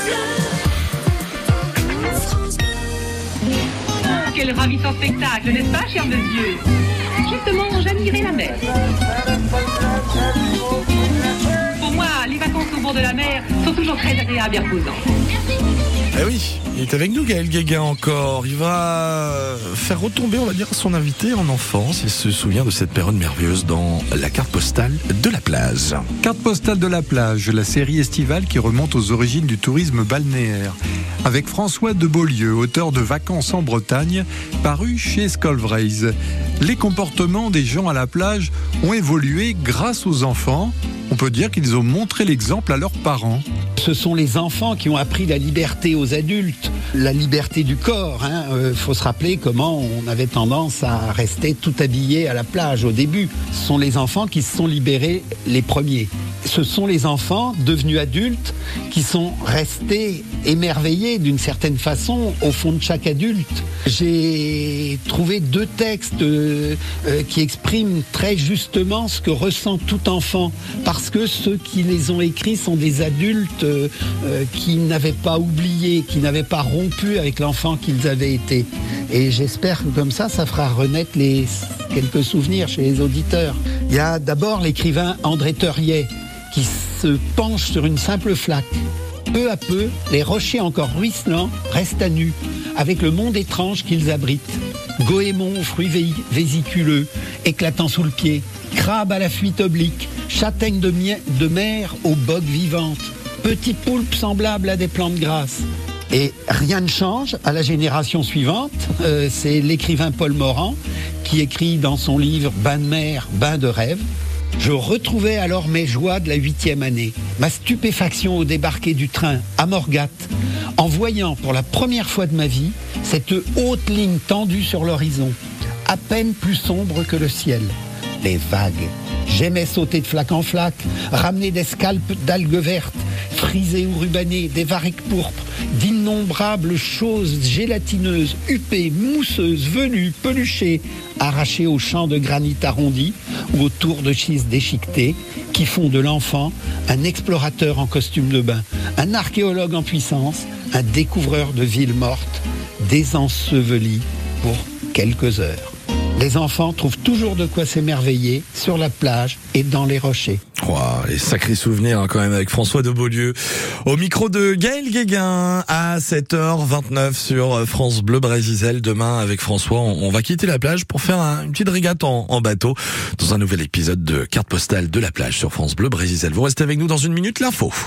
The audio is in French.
Quel ravissant spectacle, n'est-ce pas, chers monsieur? Justement, j'admirais la mer. Pour moi, les vacances au bord de la mer sont toujours très agréables et reposantes. Eh oui, il est avec nous, Gaël Guéguin, encore. Il va faire retomber, on va dire, son invité en enfance. Il se souvient de cette période merveilleuse dans la carte postale de la plage. Carte postale de la plage, la série estivale qui remonte aux origines du tourisme balnéaire. Avec François de Beaulieu, auteur de Vacances en Bretagne, paru chez Scolvraise. Les comportements des gens à la plage ont évolué grâce aux enfants. On peut dire qu'ils ont montré l'exemple à leurs parents. Ce sont les enfants qui ont appris la liberté aux adultes, la liberté du corps. Faut se rappeler comment on avait tendance à rester tout habillé à la plage au début. Ce sont les enfants qui se sont libérés les premiers. Ce sont les enfants devenus adultes qui sont restés émerveillés d'une certaine façon au fond de chaque adulte. J'ai trouvé 2 textes qui expriment très justement ce que ressent tout enfant, parce que ceux qui les ont écrits sont des adultes qui n'avaient pas oublié, qui n'avaient pas rompu avec l'enfant qu'ils avaient été. Et j'espère que comme ça fera renaître quelques souvenirs chez les auditeurs. Il y a d'abord l'écrivain André Teuriet qui se penche sur une simple flaque. Peu à peu, les rochers encore ruisselants restent à nu, avec le monde étrange qu'ils abritent. Goémons aux fruits vésiculeux, éclatant sous le pied, crabes à la fuite oblique, châtaignes de mer aux bogues vivantes, petits poulpes semblables à des plantes grasses. Et rien ne change à la génération suivante. C'est l'écrivain Paul Morand qui écrit dans son livre « Bain de mer, bain de rêve ». Je retrouvais alors mes joies de la 8e année, ma stupéfaction au débarquer du train à Morgat, en voyant pour la première fois de ma vie cette haute ligne tendue sur l'horizon, à peine plus sombre que le ciel. Les vagues. J'aimais sauter de flaque en flaque, ramener des scalpes d'algues vertes, frisées ou rubanées, des varechs pourpres, d'innombrables choses gélatineuses, huppées, mousseuses, velues, peluchées, arrachées aux champs de granit arrondi ou aux tours de schiste déchiquetées, qui font de l'enfant un explorateur en costume de bain, un archéologue en puissance, un découvreur de villes mortes, désensevelies pour quelques heures. Les enfants trouvent toujours de quoi s'émerveiller sur la plage et dans les rochers. Wow, les sacrés souvenirs quand même avec François de Beaulieu. Au micro de Gaël Guéguin à 7h29 sur France Bleu Brésil. Demain avec François, on va quitter la plage pour faire une petite régate en bateau dans un nouvel épisode de Carte postale de la plage sur France Bleu Brésil. Vous restez avec nous dans une minute, l'info.